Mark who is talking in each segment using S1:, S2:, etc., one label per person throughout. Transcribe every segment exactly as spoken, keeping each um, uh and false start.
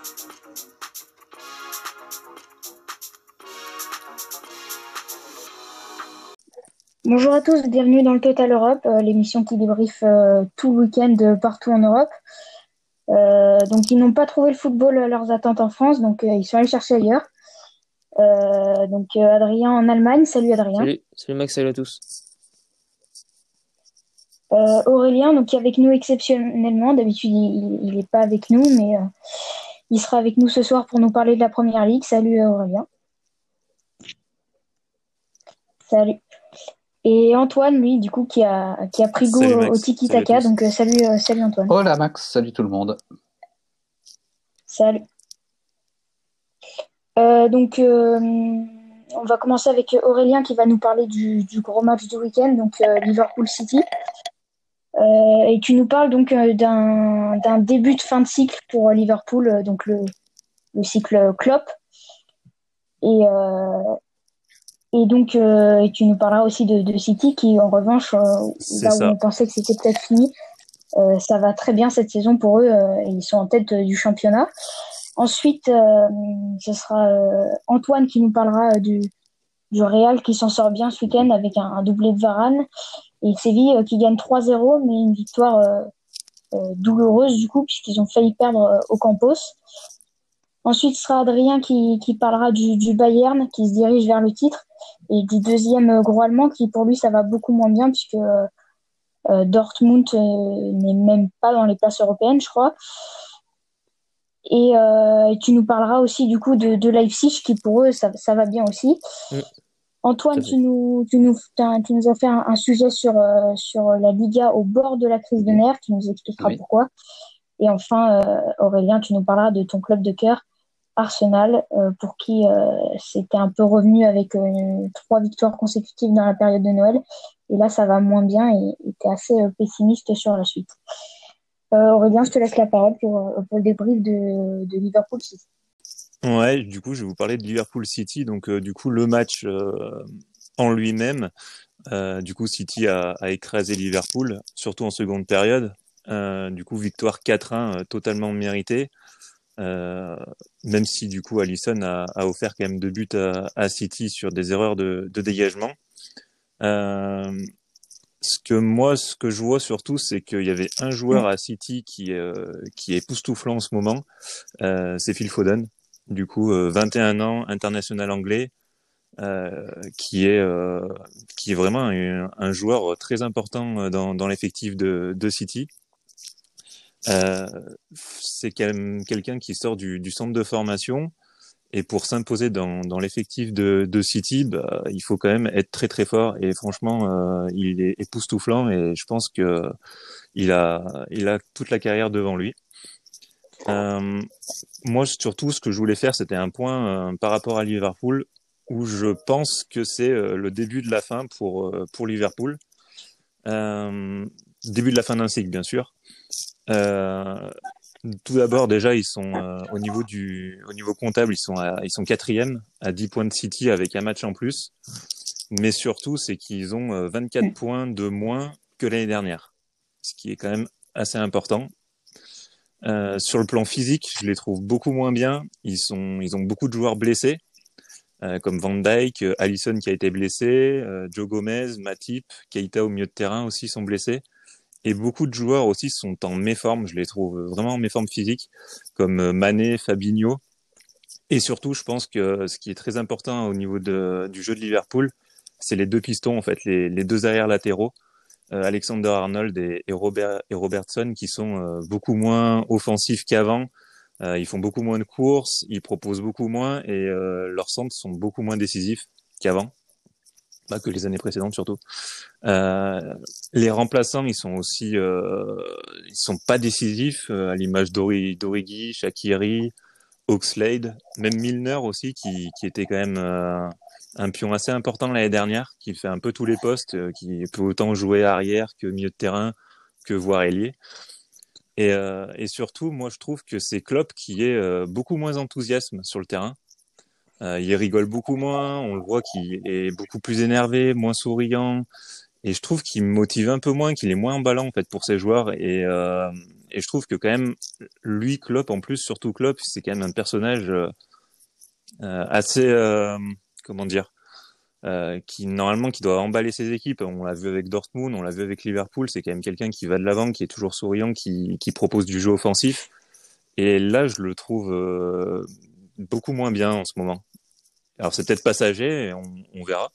S1: Bonjour à tous, bienvenue dans le Total Europe, euh, l'émission qui débriefe euh, tout le week-end euh, partout en Europe. Euh, donc ils n'ont pas trouvé le football à leurs attentes en France, donc euh, ils sont allés chercher ailleurs. Euh, donc euh, Adrien en Allemagne, salut Adrien.
S2: Salut, salut Max, salut à tous.
S1: Euh, Aurélien, donc qui est avec nous exceptionnellement, d'habitude il n'est pas avec nous, mais euh, il sera avec nous ce soir pour nous parler de la Première Ligue. Salut euh, Aurélien. Salut. Et Antoine, lui, du coup, qui a, qui a pris goût
S2: Salut
S1: au, au
S2: Max, salut à
S1: tiki-taka,
S2: tous.
S1: donc euh, salut, euh, salut Antoine.
S3: Hola Max, salut tout le monde.
S1: Salut. Euh, donc, euh, on va commencer avec Aurélien qui va nous parler du, du gros match du week-end, donc euh, Liverpool City. Euh, et tu nous parles donc euh, d'un, d'un début de fin de cycle pour Liverpool, euh, donc le, le cycle Klopp. Et, euh, et donc, euh, et tu nous parleras aussi de, de City qui, en revanche, euh,
S2: C'est
S1: là où
S2: ça.
S1: on pensait que c'était peut-être fini, euh, ça va très bien cette saison pour eux. Euh, ils sont en tête euh, du championnat. Ensuite, euh, ce sera euh, Antoine qui nous parlera euh, du, du Real qui s'en sort bien ce week-end avec un, un doublé de Varane et Séville euh, qui gagne trois zéro, mais une victoire euh, euh, douloureuse du coup puisqu'ils ont failli perdre euh, au Campos. Ensuite, ce sera Adrien qui, qui parlera du, du Bayern qui se dirige vers le titre et du deuxième euh, gros allemand qui pour lui ça va beaucoup moins bien puisque euh, Dortmund euh, n'est même pas dans les places européennes, je crois. Et euh, tu nous parleras aussi du coup de, de Leipzig qui pour eux ça, ça va bien aussi.
S2: Mm, tout
S1: Antoine,
S2: à
S1: tu
S2: fait.
S1: nous, tu nous, t'as- tu nous as fait un, un sujet sur, euh, sur la Liga au bord de la crise de nerfs, tu nous expliqueras
S3: Oui.
S1: pourquoi. Et enfin, euh, Aurélien, tu nous parleras de ton club de cœur, Arsenal, euh, pour qui euh, c'était un peu revenu avec euh, trois victoires consécutives dans la période de Noël. Et là, ça va moins bien et tu es assez euh, pessimiste sur la suite. Euh, Aurélien, je te laisse la parole pour, euh, pour le débrief de, de Liverpool City.
S2: Ouais, du coup, je vais vous parler de Liverpool City. Donc, euh, du coup, le match euh, en lui-même, euh, du coup, City a, a écrasé Liverpool, surtout en seconde période. Euh, du coup, victoire quatre un, euh, totalement méritée. Euh, Même si, du coup, Alisson a, a offert quand même deux buts à, à City sur des erreurs de, de dégagement. Euh, Ce que moi, ce que je vois surtout, c'est qu'il y avait un joueur à City qui, euh, qui est époustouflant en ce moment, euh, c'est Phil Foden. Du coup, euh, vingt et un ans, international anglais, euh, qui est euh, qui est vraiment un, un joueur très important dans, dans l'effectif de, de City. Euh, c'est quand même quelqu'un qui sort du, du centre de formation. Et pour s'imposer dans, dans l'effectif de, de City, bah, il faut quand même être très très fort. Et franchement, euh, il est époustouflant et je pense que il a, il a toute la carrière devant lui. Euh, Moi, surtout, ce que je voulais faire, c'était un point euh, par rapport à Liverpool, où je pense que c'est euh, le début de la fin pour, euh, pour Liverpool. Euh, Début de la fin d'un cycle, bien sûr. Euh, Tout d'abord, déjà, ils sont euh, au niveau du, au niveau comptable, ils sont à, ils sont quatrième à dix points de City avec un match en plus. Mais surtout, c'est qu'ils ont euh, vingt-quatre points de moins que l'année dernière, ce qui est quand même assez important. Euh, sur le plan physique, je les trouve beaucoup moins bien. Ils sont, ils ont beaucoup de joueurs blessés, euh, comme Van Dijk, euh, Alisson qui a été blessé, euh, Joe Gomez, Matip, Keita au milieu de terrain aussi sont blessés. Et beaucoup de joueurs aussi sont en méforme, je les trouve vraiment en méforme physique, comme euh, Mané, Fabinho. Et surtout, je pense que ce qui est très important au niveau de, du jeu de Liverpool, c'est les deux pistons, en fait, les, les deux arrières latéraux, euh, Alexander Arnold et, et, Robert, et Robertson, qui sont euh, beaucoup moins offensifs qu'avant. Euh, ils font beaucoup moins de courses, ils proposent beaucoup moins et euh, leurs centres sont beaucoup moins décisifs qu'avant, bah, que les années précédentes surtout. Euh, les remplaçants, ils sont aussi, euh, ils sont pas décisifs, euh, à l'image d'Ori, d'Origi, Shaqiri, Oxlade, même Milner aussi, qui, qui était quand même euh, un pion assez important l'année dernière, qui fait un peu tous les postes, euh, qui peut autant jouer arrière que milieu de terrain, que voire ailier. Et, euh, et surtout, moi, je trouve que c'est Klopp qui est euh, beaucoup moins enthousiasme sur le terrain. Euh, il rigole beaucoup moins, on le voit qu'il est beaucoup plus énervé, moins souriant. Et je trouve qu'il me motive un peu moins, qu'il est moins emballant en fait pour ses joueurs. Et, euh, et je trouve que quand même, lui, Klopp, en plus, surtout Klopp, c'est quand même un personnage euh, euh, assez, euh, comment dire, euh, qui normalement qui doit emballer ses équipes. On l'a vu avec Dortmund, on l'a vu avec Liverpool. C'est quand même quelqu'un qui va de l'avant, qui est toujours souriant, qui, qui propose du jeu offensif. Et là, je le trouve euh, beaucoup moins bien en ce moment. Alors c'est peut-être passager, on, on verra.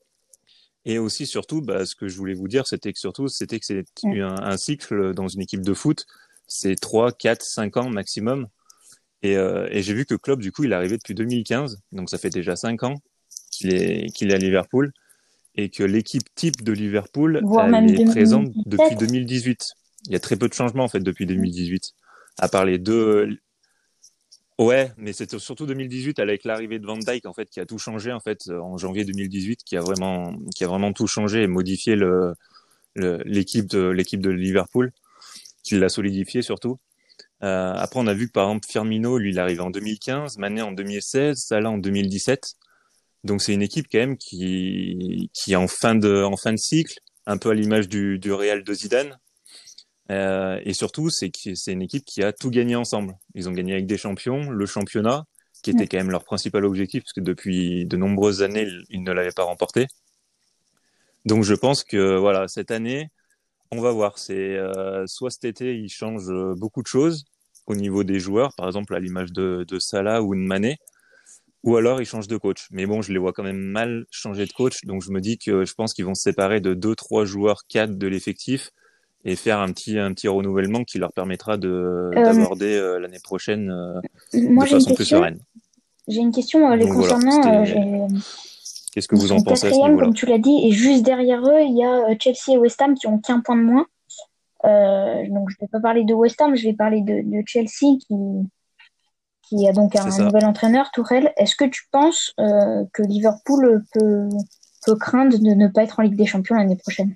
S2: Et aussi surtout, bah, ce que je voulais vous dire, c'était que surtout, c'était que c'est
S1: Mm.
S2: un, un cycle dans une équipe de foot, c'est trois, quatre, cinq ans maximum. Et, euh, et j'ai vu que Klopp, du coup, il est arrivé depuis deux mille quinze, donc ça fait déjà cinq ans qu'il est, qu'il est à Liverpool, et que l'équipe type de Liverpool,
S1: Voire
S2: elle
S1: même
S2: est présente depuis
S1: deux mille dix-sept.
S2: deux mille dix-huit. Il y a très peu de changements en fait depuis deux mille dix-huit, à part les deux. Ouais, mais c'était surtout deux mille dix-huit avec l'arrivée de Van Dijk en fait qui a tout changé en fait en janvier deux mille dix-huit, qui a vraiment qui a vraiment tout changé et modifié le, le l'équipe de l'équipe de Liverpool, qui l'a solidifié surtout. Euh, après on a vu que par exemple Firmino lui il est arrivé en deux mille quinze, Mané en deux mille seize, Salah en deux mille dix-sept. Donc c'est une équipe quand même qui qui est en fin de en fin de cycle, un peu à l'image du du Real de Zidane. Euh, et surtout, c'est que c'est une équipe qui a tout gagné ensemble. Ils ont gagné avec des champions, le championnat, qui était
S1: Mm.
S2: quand même leur principal objectif, parce que depuis de nombreuses années, ils, ils ne l'avaient pas remporté. Donc je pense que voilà, cette année, on va voir. C'est euh, soit cet été, ils changent beaucoup de choses au niveau des joueurs, par exemple à l'image de, de Salah ou de Mané, ou alors ils changent de coach. Mais bon, je les vois quand même mal changer de coach, donc je me dis que je pense qu'ils vont se séparer de deux, trois joueurs cadres de l'effectif et faire un petit un petit renouvellement qui leur permettra de
S1: Euh,
S2: d'aborder euh, l'année prochaine euh,
S1: Moi,
S2: de
S1: j'ai une
S2: façon plus
S1: question.
S2: sereine.
S1: J'ai une question euh, les
S2: Donc voilà,
S1: concernant. Euh,
S2: c'était
S1: j'ai-
S2: qu'est-ce que
S1: Ils
S2: vous en
S1: sont
S2: pensez à ce
S1: quatrième,
S2: niveau-là?
S1: comme tu l'as dit, et juste derrière eux, il y a euh, Chelsea et West Ham qui ont qu'un point de moins. Euh, donc, je ne vais pas parler de West Ham, je vais parler de, de Chelsea qui, qui a donc
S2: C'est
S1: un
S2: ça.
S1: nouvel entraîneur, Tourelle. Est-ce que tu penses euh, que Liverpool peut, peut craindre de ne pas être en Ligue des Champions l'année prochaine?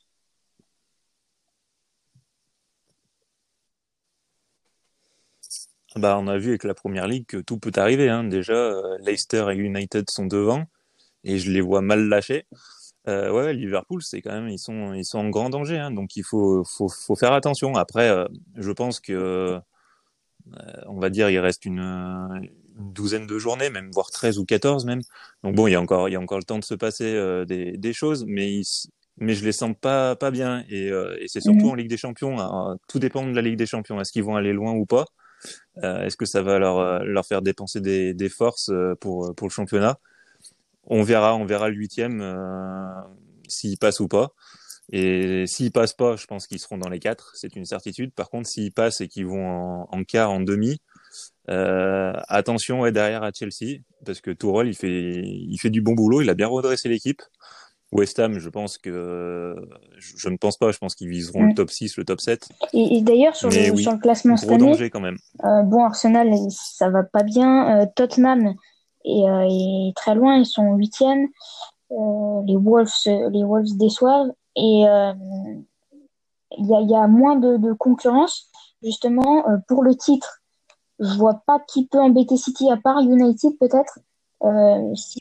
S2: Bah on a vu avec la première ligue que tout peut arriver, hein. Déjà euh, Leicester et United sont devant et je les vois mal lâcher. Euh, ouais, Liverpool, c'est quand même ils sont ils sont en grand danger, hein. Donc il faut faut faut faire attention. Après, euh, je pense que on va dire il reste une, une douzaine de journées, même voire treize ou quatorze même. Donc bon, il y a encore il y a encore le temps de se passer euh, des des choses, mais ils, mais je les sens pas pas bien et, euh, et c'est surtout en
S1: Mhm.
S2: Ligue des Champions. Hein. Tout dépend de la Ligue des Champions. Est-ce qu'ils vont aller loin ou pas? Euh, est-ce que ça va leur euh, leur faire dépenser des des forces euh, pour pour le championnat? On verra, on verra le huitième euh, s'ils passent ou pas. Et s'ils passent pas, je pense qu'ils seront dans les quatre, c'est une certitude. Par contre, s'ils passent et qu'ils vont en, en quart, en demi, euh, attention ouais, derrière à Chelsea, parce que Tourelle, il fait, il fait du bon boulot, il a bien redressé l'équipe. West Ham, je pense que, je, je ne pense pas, je pense qu'ils viseront le
S1: Mhm.
S2: top six, le top sept.
S1: Et, et d'ailleurs, sur
S2: Mais
S1: le, sur
S2: oui,
S1: le classement cette
S2: gros
S1: année,
S2: danger quand même.
S1: euh, bon, Arsenal, ça va pas bien. Euh, Tottenham est, euh, est très loin, ils sont huitième. Euh, les Wolves, les Wolves déçoivent. Et euh, il y a, il y a moins de, de concurrence, justement, euh, pour le titre. Je vois pas qui peut embêter City à part United, peut-être. Euh, si-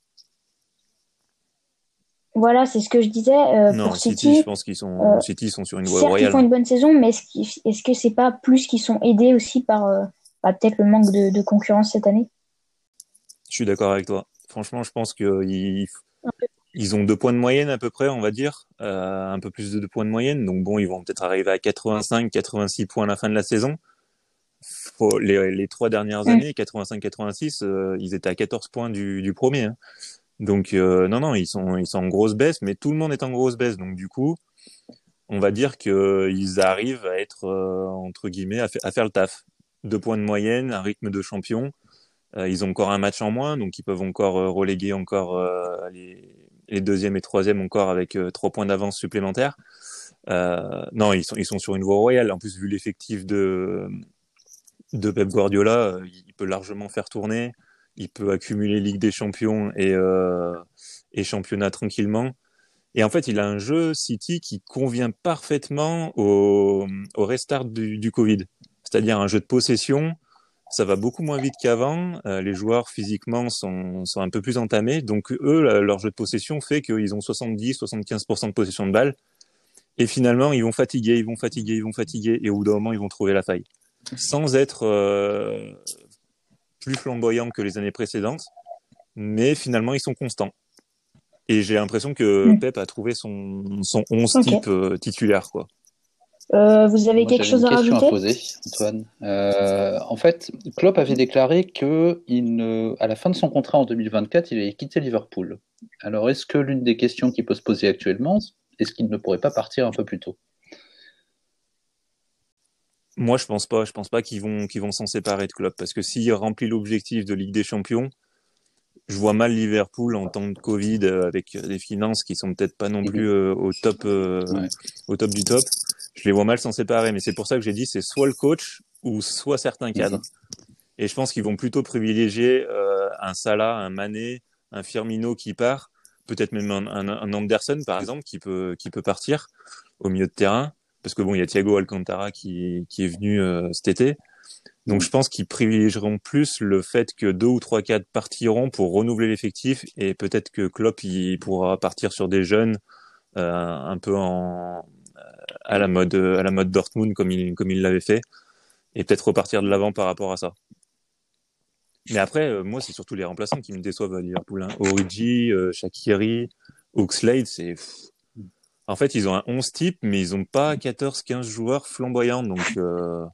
S1: voilà, c'est ce que je disais. Euh, pour
S2: Non, City, je
S1: City,
S2: pense qu'ils sont,
S1: euh,
S2: City, ils sont sur une voie
S1: certes, ils
S2: royale.
S1: font
S2: Hein.
S1: une bonne saison, mais est-ce, qu'ils- est-ce que c'est pas plus qu'ils sont aidés aussi par euh, bah, peut-être le manque de, de concurrence cette année?
S2: Je suis d'accord avec toi. Franchement, je pense qu'ils ils ont deux points de moyenne à peu près, on va dire, euh, un peu plus de deux points de moyenne. Donc bon, ils vont peut-être arriver à quatre-vingt-cinq, quatre-vingt-six points à la fin de la saison. Faut, les, les trois dernières
S1: Mm.
S2: années, quatre-vingt-cinq, quatre-vingt-six, euh, ils étaient à quatorze points du, du premier. Hein. Donc euh, non, non, ils sont, ils sont en grosse baisse, mais tout le monde est en grosse baisse. Donc du coup, on va dire que ils arrivent à être euh, entre guillemets à, fa- à faire le taf. Deux points de moyenne, un rythme de champion. Euh, ils ont encore un match en moins, donc ils peuvent encore euh, reléguer encore euh, les, les deuxièmes et troisièmes encore avec euh, trois points d'avance supplémentaires. Euh, non, ils sont ils sont sur une voie royale. En plus, vu l'effectif de de Pep Guardiola, euh, il peut largement faire tourner. Il peut accumuler Ligue des Champions et euh, et championnat tranquillement. Et en fait, il a un jeu City qui convient parfaitement au au restart du, du Covid. C'est-à-dire un jeu de possession, ça va beaucoup moins vite qu'avant. Euh, les joueurs physiquement sont, sont un peu plus entamés. Donc eux, leur jeu de possession fait qu'ils ont soixante-dix, soixante-quinze pour cent de possession de balle. Et finalement, ils vont fatiguer, ils vont fatiguer, ils vont fatiguer, et au bout d'un moment, ils vont trouver la faille. Sans être euh, plus flamboyants que les années précédentes, mais finalement, ils sont constants. Et j'ai l'impression que
S1: Hmm.
S2: Pep a trouvé son, son onze
S1: Ok.
S2: type euh, titulaire, quoi.
S1: Euh, vous avez
S3: Moi,
S1: quelque
S3: j'avais une
S1: chose à
S3: question à
S1: rajouter?
S3: poser, Antoine. Euh, en fait, Klopp avait déclaré que, il ne, à la fin de son contrat en deux mille vingt-quatre, il allait quitter Liverpool. Alors, est-ce que l'une des questions qui peut se poser actuellement, est-ce qu'il ne pourrait pas partir un peu plus tôt?
S2: Moi, je pense pas. Je pense pas qu'ils vont qu'ils vont s'en séparer de Klopp, parce que s'il remplit l'objectif de Ligue des Champions, je vois mal Liverpool en temps de Covid euh, avec des finances qui sont peut-être pas non plus
S3: Mhm.
S2: euh, au top euh,
S3: Ouais.
S2: au top du top. Je les vois mal s'en séparer, mais c'est pour ça que j'ai dit c'est soit le coach ou soit certains cadres.
S3: Mhm.
S2: Et je pense qu'ils vont plutôt privilégier euh, un Salah, un Mané, un Firmino qui part, peut-être même un, un, un Anderson par exemple qui peut qui peut partir au milieu de terrain, parce que bon il y a Thiago Alcantara qui qui est venu euh, cet été. Donc je pense qu'ils privilégieront plus le fait que deux ou trois cadres partiront pour renouveler l'effectif, et peut-être que Klopp il pourra partir sur des jeunes euh, un peu en à la mode à la mode Dortmund comme il comme il l'avait fait, et peut-être repartir de l'avant par rapport à ça. Mais après, euh, moi, c'est surtout les remplaçants qui me déçoivent à Liverpool. Hein. Origi, euh, Shaqiri, Oxlade, c'est... pff. En fait, ils ont un onze type, mais ils ont pas quatorze quinze joueurs flamboyants. Donc, euh,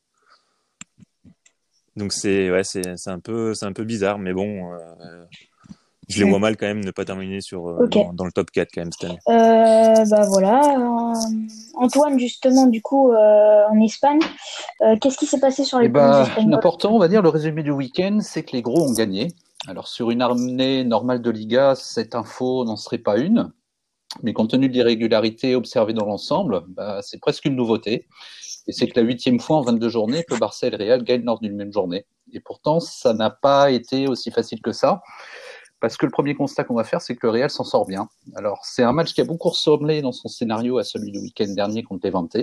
S2: donc c'est ouais, c'est c'est un peu c'est un peu bizarre. Mais bon, euh, je les
S1: Hmm.
S2: vois mal quand même ne pas terminer sur euh,
S1: Ok.
S2: dans, dans le top quatre quand même cette année.
S1: Euh, bah voilà. Euh, Antoine, justement, du coup, euh, en Espagne, euh, qu'est-ce qui s'est passé sur
S3: Eh
S1: les pelouses
S3: ben,
S1: espagnoles?
S3: l'important, on va dire, le résumé du week-end, c'est que les gros ont gagné. Alors, sur une année normale de Liga, cette info n'en serait pas une. Mais compte tenu de l'irrégularité observée dans l'ensemble, bah, c'est presque une nouveauté. Et c'est que la huitième fois en vingt-deux journées que Barça et le Real gagnent lors d'une même journée. Et pourtant, ça n'a pas été aussi facile que ça, parce que le premier constat qu'on va faire, c'est que le Real s'en sort bien. Alors, c'est un match qui a beaucoup ressemblé dans son scénario à celui du week-end dernier contre Levante,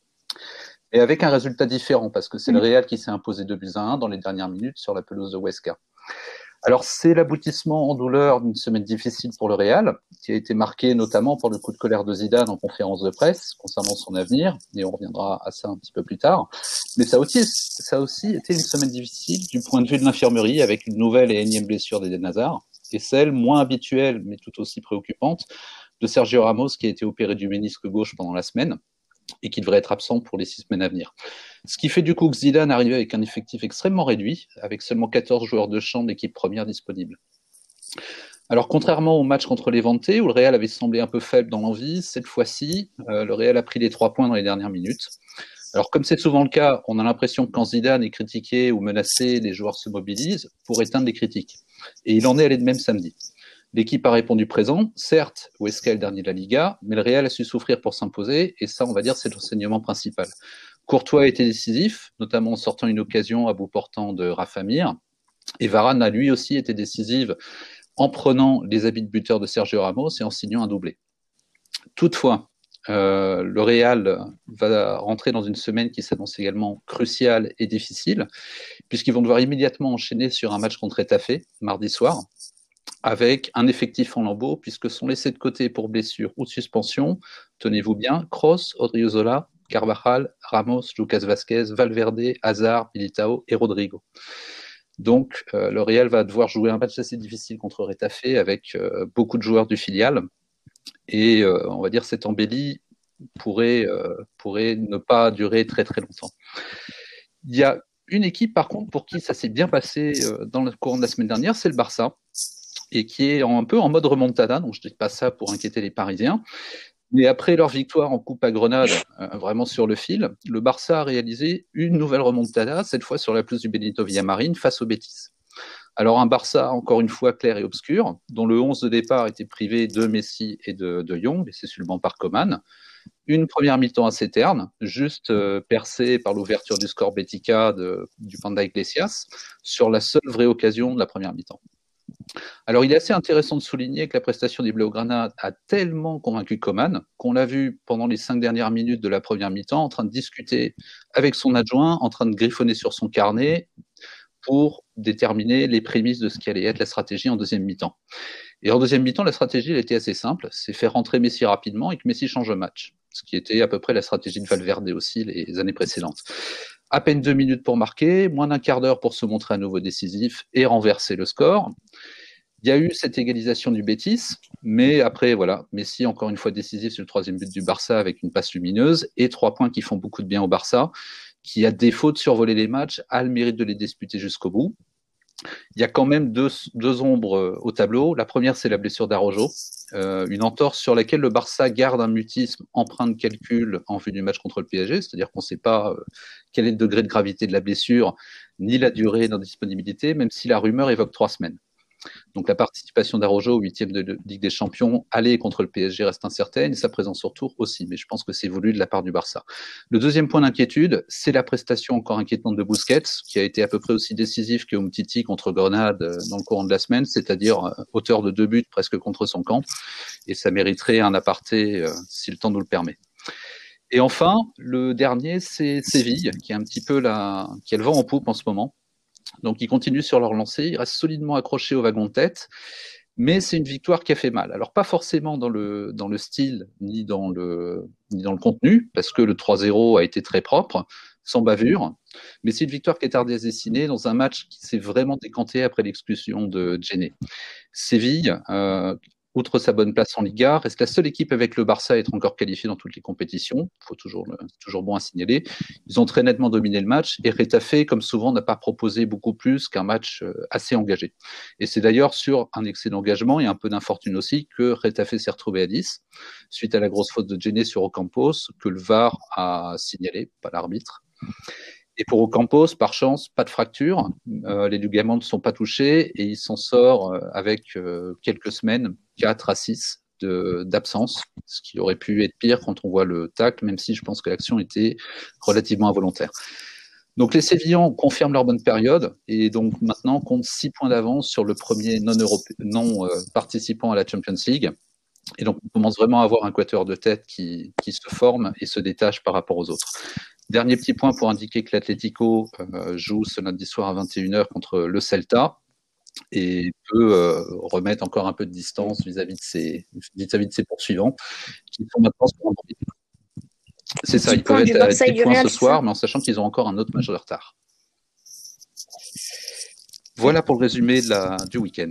S3: et avec un résultat différent, parce que c'est le
S1: Hmm.
S3: Real qui s'est imposé deux buts à un dans les dernières minutes sur la pelouse de Huesca. Alors, c'est l'aboutissement en douleur d'une semaine difficile pour le Real, qui a été marquée notamment par le coup de colère de Zidane en conférence de presse concernant son avenir, et on reviendra à ça un petit peu plus tard. Mais ça a aussi, ça a aussi été une semaine difficile du point de vue de l'infirmerie, avec une nouvelle et énième blessure d'Eden Hazard, et celle moins habituelle, mais tout aussi préoccupante, de Sergio Ramos, qui a été opéré du ménisque gauche pendant la semaine, et qui devrait être absent pour les six semaines à venir. Ce qui fait du coup que Zidane arrivait avec un effectif extrêmement réduit, avec seulement quatorze joueurs de champ d'équipe première disponibles. Alors, contrairement au match contre Levante, où le Real avait semblé un peu faible dans l'envie, cette fois-ci, euh, le Real a pris les trois points dans les dernières minutes. Alors, comme c'est souvent le cas, on a l'impression que quand Zidane est critiqué ou menacé, les joueurs se mobilisent pour éteindre les critiques. Et il en est allé de même samedi. L'équipe a répondu présent. Certes, Huesca est le dernier de la Liga, mais le Real a su souffrir pour s'imposer, et ça, on va dire, c'est l'enseignement principal. Courtois a été décisif, notamment en sortant une occasion à bout portant de Rafa Mir, et Varane a lui aussi été décisive en prenant les habits de buteur de Sergio Ramos et en signant un doublé. Toutefois, euh, le Real va rentrer dans une semaine qui s'annonce également cruciale et difficile, puisqu'ils vont devoir immédiatement enchaîner sur un match contre Etafé, mardi soir, avec un effectif en lambeaux, puisque sont laissés de côté pour blessure ou suspension, tenez-vous bien, Kroos, Odriozola, Carvajal, Ramos, Lucas Vasquez, Valverde, Hazard, Militao et Rodrigo. Donc, euh, le Real va devoir jouer un match assez difficile contre Retafe avec euh, beaucoup de joueurs du filial. Et euh, on va dire cette embellie pourrait, euh, pourrait ne pas durer très très longtemps. Il y a une équipe, par contre, pour qui ça s'est bien passé euh, dans le courant de la semaine dernière, c'est le Barça, et qui est un peu en mode remontada, donc je ne dis pas ça pour inquiéter les Parisiens. Mais après leur victoire en Coupe à Grenade, euh, vraiment sur le fil, le Barça a réalisé une nouvelle remontada, cette fois sur la pelouse du Benito Villamarín face au Betis. Alors un Barça, encore une fois, clair et obscur, dont le onze de départ était privé de Messi et de, de Jong, et c'est sur le banc par Coman. Une première mi-temps assez terne, juste euh, percée par l'ouverture du score Bética de, du Panda Iglesias, sur la seule vraie occasion de la première mi-temps. Alors, il est assez intéressant de souligner que la prestation des Blaugrana a tellement convaincu Coman qu'on l'a vu pendant les cinq dernières minutes de la première mi-temps en train de discuter avec son adjoint, en train de griffonner sur son carnet pour déterminer les prémices de ce qui allait être la stratégie en deuxième mi-temps. Et en deuxième mi-temps, la stratégie elle était assez simple, c'est faire rentrer Messi rapidement et que Messi change le match. ce qui était à peu près la stratégie de Valverde aussi les années précédentes. À peine deux minutes pour marquer, moins d'un quart d'heure pour se montrer à nouveau décisif et renverser le score. Il y a eu cette égalisation du Betis, mais après, voilà, Messi, encore une fois décisif sur le troisième but du Barça avec une passe lumineuse et trois points qui font beaucoup de bien au Barça, qui, à défaut de survoler les matchs, a le mérite de les disputer jusqu'au bout. Il y a quand même deux, deux ombres au tableau. La première, c'est la blessure d'Araujo, euh, une entorse sur laquelle le Barça garde un mutisme empreint de calcul en vue du match contre le P S G, c'est-à-dire qu'on ne sait pas euh, quel est le degré de gravité de la blessure, ni la durée d'indisponibilité, même si la rumeur évoque trois semaines. Donc la participation d'Araujo au huitième de Ligue des Champions, aller contre le P S G reste incertaine, et sa présence au retour aussi, mais je pense que c'est voulu de la part du Barça. Le deuxième point d'inquiétude, c'est la prestation encore inquiétante de Busquets, qui a été à peu près aussi décisif que Umtiti contre Grenade dans le courant de la semaine, c'est-à-dire auteur de deux buts presque contre son camp, et ça mériterait un aparté euh, si le temps nous le permet. Et enfin, le dernier, c'est Séville, qui est un petit peu la, qui a le vent en poupe en ce moment. Donc, ils continuent sur leur lancée, ils restent solidement accrochés au wagon de tête, mais c'est une victoire qui a fait mal. Alors, pas forcément dans le, dans le style, ni dans le, ni dans le contenu, parce que le trois zéro a été très propre, sans bavure, mais c'est une victoire qui est tardée à se dessiner dans un match qui s'est vraiment décanté après l'expulsion de Djenné. Séville, euh, outre sa bonne place en Liga, reste la seule équipe avec le Barça à être encore qualifiée dans toutes les compétitions. Il faut toujours, c'est toujours bon à signaler. Ils ont très nettement dominé le match et Retafe, comme souvent, n'a pas proposé beaucoup plus qu'un match assez engagé. Et c'est d'ailleurs sur un excès d'engagement et un peu d'infortune aussi que Retafe s'est retrouvé à dix, suite à la grosse faute de Djenné sur Ocampos, que le V A R a signalé, pas l'arbitre. Et pour Ocampos, par chance, pas de fracture, euh, les ligaments ne sont pas touchés et il s'en sort euh, avec euh, quelques semaines, quatre à six de, d'absence, ce qui aurait pu être pire quand on voit le tacle, même si je pense que l'action était relativement involontaire. Donc les Sévillans confirment leur bonne période et donc maintenant comptent six points d'avance sur le premier non, europé- non euh, participant à la Champions League. Et donc on commence vraiment à avoir un quatuor de tête qui, qui se forme et se détache par rapport aux autres. Dernier petit point pour indiquer que l'Atlético euh, joue ce lundi soir à vingt et une heures contre le Celta et peut euh, remettre encore un peu de distance vis-à-vis de ses, vis-à-vis de ses poursuivants qui sont maintenant sur un bon rythme. C'est ça, ils peuvent être à dix points ce soir, mais en sachant qu'ils ont encore un autre match de retard. Voilà pour le résumé de la, du week-end.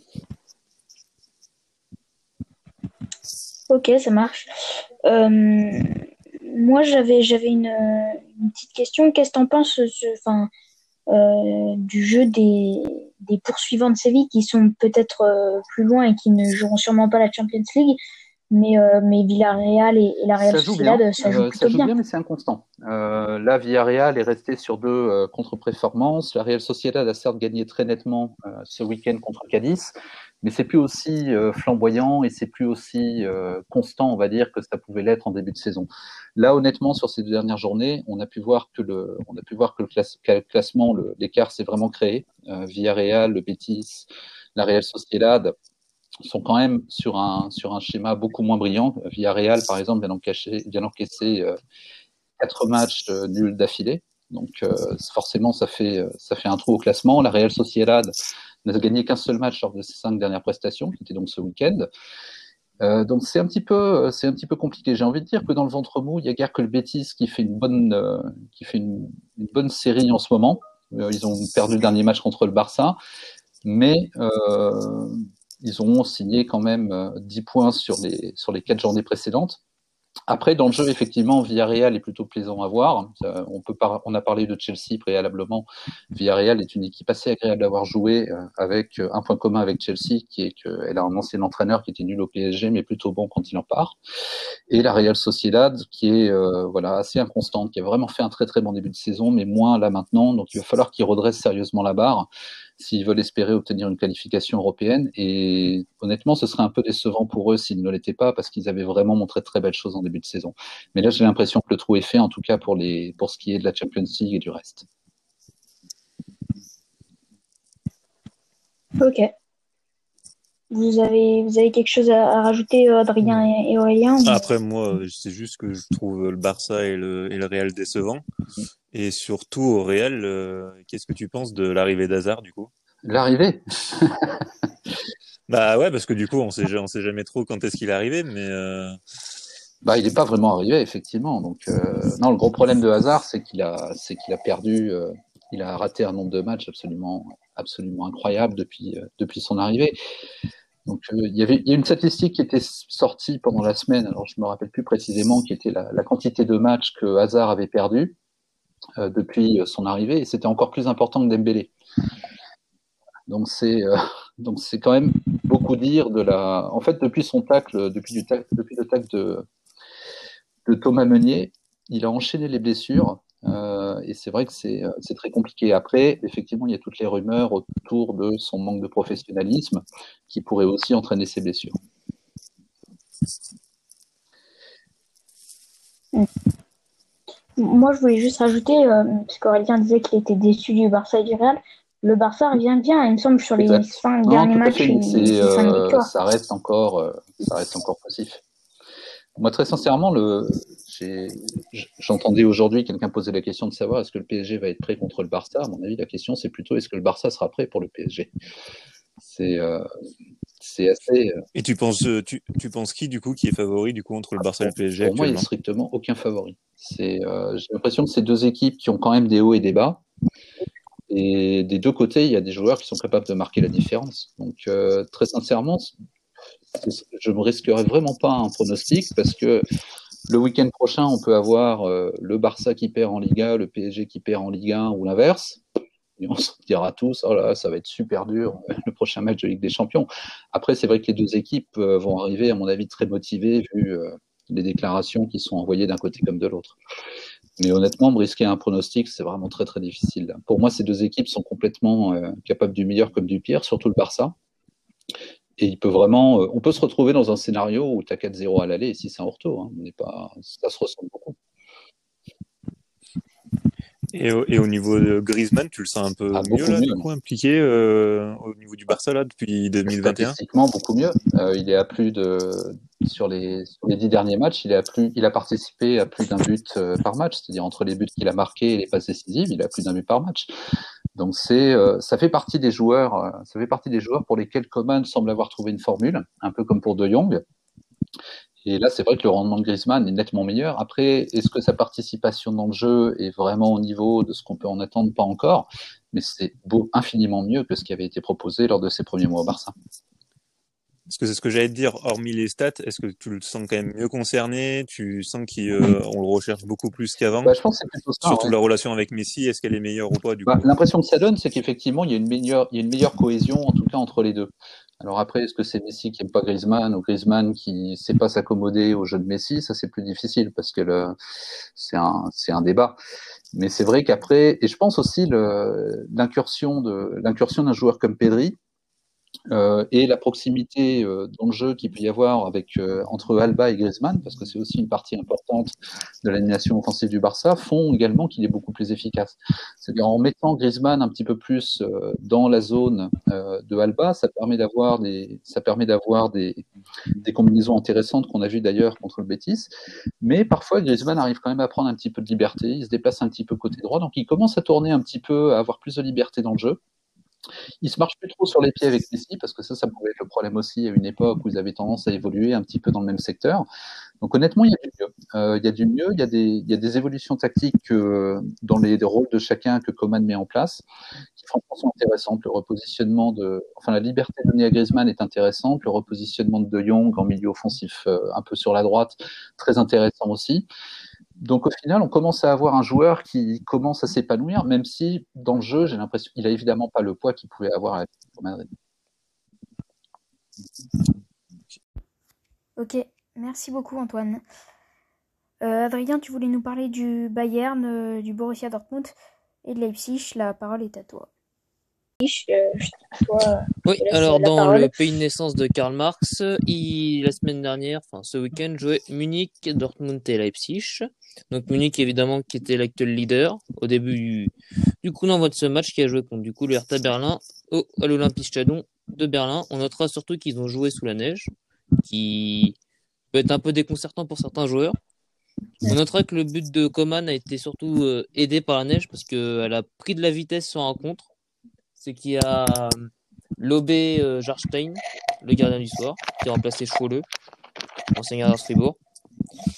S1: Ok, ça marche. Euh, moi, j'avais, j'avais une, une petite question. Qu'est-ce que tu en penses enfin, euh, du jeu des, des poursuivants de Séville qui sont peut-être euh, plus loin et qui ne joueront sûrement pas la Champions League, mais, euh, mais Villarreal et, et la Real Sociedad, ça joue
S3: euh,
S1: plutôt
S3: ça joue
S1: bien.
S3: bien, mais c'est inconstant. Euh, là, Villarreal est resté sur deux euh, contre-performances. La Real Sociedad a certes gagné très nettement euh, ce week-end contre Cadiz, mais c'est plus aussi euh, flamboyant et c'est plus aussi euh, constant, on va dire, que ça pouvait l'être en début de saison. Là, honnêtement, sur ces deux dernières journées, on a pu voir que le, on a pu voir que le classe, classement, le, l'écart s'est vraiment créé. Euh, Villarreal, le Betis, la Real Sociedad sont quand même sur un sur un schéma beaucoup moins brillant. Villarreal, par exemple, vient d'encaisser, vient d'encaisser euh, quatre matchs euh, nuls d'affilée. Donc euh, forcément, ça fait ça fait un trou au classement. La Real Sociedad n'a gagné qu'un seul match lors de ses cinq dernières prestations, qui était donc ce week-end. Euh, donc c'est un petit peu c'est un petit peu compliqué. J'ai envie de dire que dans le ventre mou, il y a guère que le Betis qui fait une bonne euh, qui fait une, une bonne série en ce moment. Euh, ils ont perdu le dernier match contre le Barça, mais euh, ils ont signé quand même euh, dix points sur les sur les quatre journées précédentes. Après, dans le jeu, effectivement, Villarreal est plutôt plaisant à voir. Euh, on peut par... on a parlé de Chelsea préalablement. Villarreal est une équipe assez agréable à avoir joué, euh, avec euh, un point commun avec Chelsea, qui est qu'elle a un ancien entraîneur qui était nul au P S G, mais plutôt bon quand il en part. Et la Real Sociedad, qui est euh, voilà assez inconstante, qui a vraiment fait un très très bon début de saison, mais moins là maintenant. Donc il va falloir qu'ils redressent sérieusement la barre s'ils veulent espérer obtenir une qualification européenne. Et honnêtement, ce serait un peu décevant pour eux s'ils ne l'étaient pas, parce qu'ils avaient vraiment montré de très belles choses en début de saison. Mais là, j'ai l'impression que le trou est fait, en tout cas pour, les, pour ce qui est de la Champions League et du reste.
S1: Ok. Vous avez, vous avez quelque chose à, à rajouter, Adrien et, et Aurélien?
S2: Après, moi, c'est juste que je trouve le Barça et le, et le Real décevants. Et surtout, au Real, euh, qu'est-ce que tu penses de l'arrivée d'Hazard, du coup?
S3: L'arrivée
S2: Bah ouais, parce que du coup, on sait, on sait jamais trop quand est-ce qu'il est arrivé, mais... Euh...
S3: Bah, il n'est pas vraiment arrivé, effectivement. Donc, euh, non, le gros problème de Hazard, c'est qu'il a, c'est qu'il a perdu, euh, il a raté un nombre de matchs absolument, absolument incroyable depuis, euh, depuis son arrivée. Donc, euh, il y avait, il y a une statistique qui était sortie pendant la semaine. Alors, je me rappelle plus précisément, qui était la, la quantité de matchs que Hazard avait perdu euh, depuis son arrivée, et c'était encore plus important que Dembélé. Donc, c'est, euh, donc c'est quand même beaucoup dire de la. En fait, depuis son tacle, depuis, du tacle, depuis le tacle de de Thomas Meunier, il a enchaîné les blessures euh, et c'est vrai que c'est, c'est très compliqué. Après, effectivement, il y a toutes les rumeurs autour de son manque de professionnalisme qui pourrait aussi entraîner ces blessures.
S1: Moi, je voulais juste rajouter, euh, parce qu'Aurélien disait qu'il était déçu du Barça et du Real. Le Barça revient bien, il me semble, sur les
S3: Exact.
S1: cinq
S3: Non,
S1: derniers
S3: tout à
S1: matchs,
S3: fait.
S1: il
S3: C'est,
S1: il fait cinq
S3: euh,
S1: victoires.
S3: ça reste encore, euh, ça reste encore possible. Moi, très sincèrement, le, j'ai, j'entendais aujourd'hui quelqu'un poser la question de savoir est-ce que le P S G va être prêt contre le Barça. À mon avis, la question c'est plutôt est-ce que le Barça sera prêt pour le P S G. C'est, euh, c'est assez. Euh...
S2: Et tu penses, tu, tu penses qui du coup qui est favori du coup entre le Barça et le P S G
S3: Pour moi, il n'y a strictement aucun favori. C'est, euh, j'ai l'impression que c'est deux équipes qui ont quand même des hauts et des bas. Et des deux côtés, il y a des joueurs qui sont capables de marquer la différence. Donc, euh, très sincèrement, je ne risquerais vraiment pas un pronostic parce que le week-end prochain, on peut avoir euh, le Barça qui perd en Liga, le P S G qui perd en Ligue un ou l'inverse. Et on se dira tous, oh là, ça va être super dur, le prochain match de Ligue des Champions. Après, c'est vrai que les deux équipes euh, vont arriver, à mon avis, très motivées, vu euh, les déclarations qui sont envoyées d'un côté comme de l'autre. Mais honnêtement, me risquer un pronostic, c'est vraiment très très difficile. Pour moi, ces deux équipes sont complètement euh, capables du meilleur comme du pire, surtout le Barça. Et il peut vraiment, euh, on peut se retrouver dans un scénario où tu as quatre zéro à l'aller, et si c'est en retour, hein, on n'est pas, ça se ressemble beaucoup.
S2: Et au, et au niveau de Griezmann, tu le sens un peu
S3: ah,
S2: mieux là,
S3: mieux,
S2: du coup, impliqué euh, au niveau du Barça là depuis deux mille vingt et un.
S3: Statistiquement, beaucoup mieux. Euh, il est à plus de sur les sur les dix derniers matchs, il est à plus, il a participé à plus d'un but euh, par match, c'est-à-dire entre les buts qu'il a marqués et les passes décisives, il a plus d'un but par match. Donc c'est, euh, ça fait partie des joueurs, euh, ça fait partie des joueurs pour lesquels Coman semble avoir trouvé une formule, un peu comme pour De Jong. Et là, c'est vrai que le rendement de Griezmann est nettement meilleur. Après, est-ce que sa participation dans le jeu est vraiment au niveau de ce qu'on peut en attendre? Pas encore, mais c'est beau, infiniment mieux que ce qui avait été proposé lors de ses premiers mois au Barça.
S2: Parce que c'est ce que j'allais te dire, hormis les stats, est-ce que tu le sens quand même mieux concerné? Tu sens qu'on euh, le recherche beaucoup plus qu'avant?
S3: Bah, je pense que c'est plutôt ça.
S2: Surtout
S3: ouais.
S2: la relation avec Messi, est-ce qu'elle est meilleure ou pas du
S3: bah,
S2: coup?
S3: L'impression que ça donne, c'est qu'effectivement, il y a une meilleure, il y a une meilleure cohésion, en tout cas entre les deux. Alors après, est-ce que c'est Messi qui aime pas Griezmann ou Griezmann qui sait pas s'accommoder au jeu de Messi? Ça, c'est plus difficile parce que le, c'est un, c'est un débat. Mais c'est vrai qu'après, et je pense aussi le, l'incursion de, l'incursion d'un joueur comme Pedri, Euh, et la proximité euh, dans le jeu qu'il peut y avoir avec euh, entre Alba et Griezmann, parce que c'est aussi une partie importante de l'animation offensive du Barça, font également qu'il est beaucoup plus efficace. C'est-à-dire en mettant Griezmann un petit peu plus euh, dans la zone euh, de Alba, ça permet d'avoir des, ça permet d'avoir des, des combinaisons intéressantes qu'on a vues d'ailleurs contre le Betis. Mais parfois Griezmann arrive quand même à prendre un petit peu de liberté, il se déplace un petit peu côté droit, donc il commence à tourner un petit peu, à avoir plus de liberté dans le jeu. Il se marche plus trop sur les pieds avec Messi parce que ça, ça pouvait être le problème aussi à une époque où ils avaient tendance à évoluer un petit peu dans le même secteur. Donc honnêtement, il y a du mieux. Euh, il y a du mieux. Il y a des, il y a des évolutions tactiques euh, dans les, les rôles de chacun que Coman met en place qui franchement sont intéressantes. Le repositionnement de, enfin la liberté donnée à Griezmann est intéressante. Le repositionnement de De Jong en milieu offensif euh, un peu sur la droite, très intéressant aussi. Donc au final, on commence à avoir un joueur qui commence à s'épanouir, même si dans le jeu, j'ai l'impression qu'il a évidemment pas le poids qu'il pouvait avoir à l'Atlético Madrid.
S1: Ok, merci beaucoup Antoine. Euh, Adrien, tu voulais nous parler du Bayern, euh, du Borussia Dortmund et de Leipzig. La parole est à toi.
S4: Toi, oui, alors dans parole. Le pays de naissance de Karl Marx, il, la semaine dernière, enfin ce week-end, jouait Munich, Dortmund et Leipzig. Donc Munich évidemment qui était l'actuel leader au début du, du coup d'envoi de ce match, qui a joué contre du coup le Hertha Berlin au, à l'Olympiastadion de Berlin. On notera surtout qu'ils ont joué sous la neige, qui peut être un peu déconcertant pour certains joueurs. On notera que le but de Coman a été surtout euh, aidé par la neige parce qu'elle a pris de la vitesse sur un contre. C'est qui a euh, lobé euh, Jarstein, le gardien du soir, qui a remplacé Schwole, ancien gardien de Fribourg.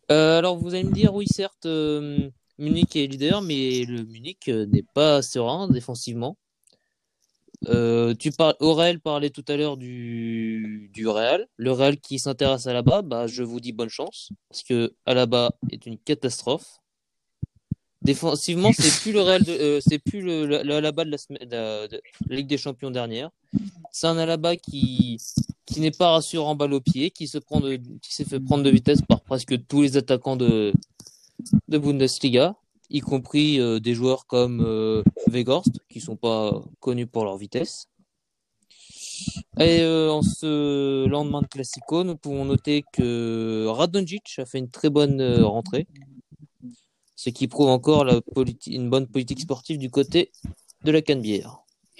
S4: Euh, alors vous allez me dire, oui, certes, euh, Munich est leader, mais le Munich euh, n'est pas serein défensivement. Euh, tu parles, Aurel parlait tout à l'heure du, du Real. Le Real qui s'intéresse à Alaba, bah, je vous dis bonne chance, parce que Alaba est une catastrophe. Défensivement, c'est plus le Real de, euh, c'est plus le, le, le Alaba de la, semaine- de la, de la Ligue des Champions dernière. C'est un Alaba qui, qui n'est pas rassurant balle au pied, qui se prend de, qui s'est fait prendre de vitesse par presque tous les attaquants de, de Bundesliga, y compris euh, des joueurs comme euh, Weghorst, qui sont pas connus pour leur vitesse. Et euh, en ce lendemain de Classico, nous pouvons noter que Radonjic a fait une très bonne euh, rentrée, ce qui prouve encore la politi- une bonne politique sportive du côté de la Canebière.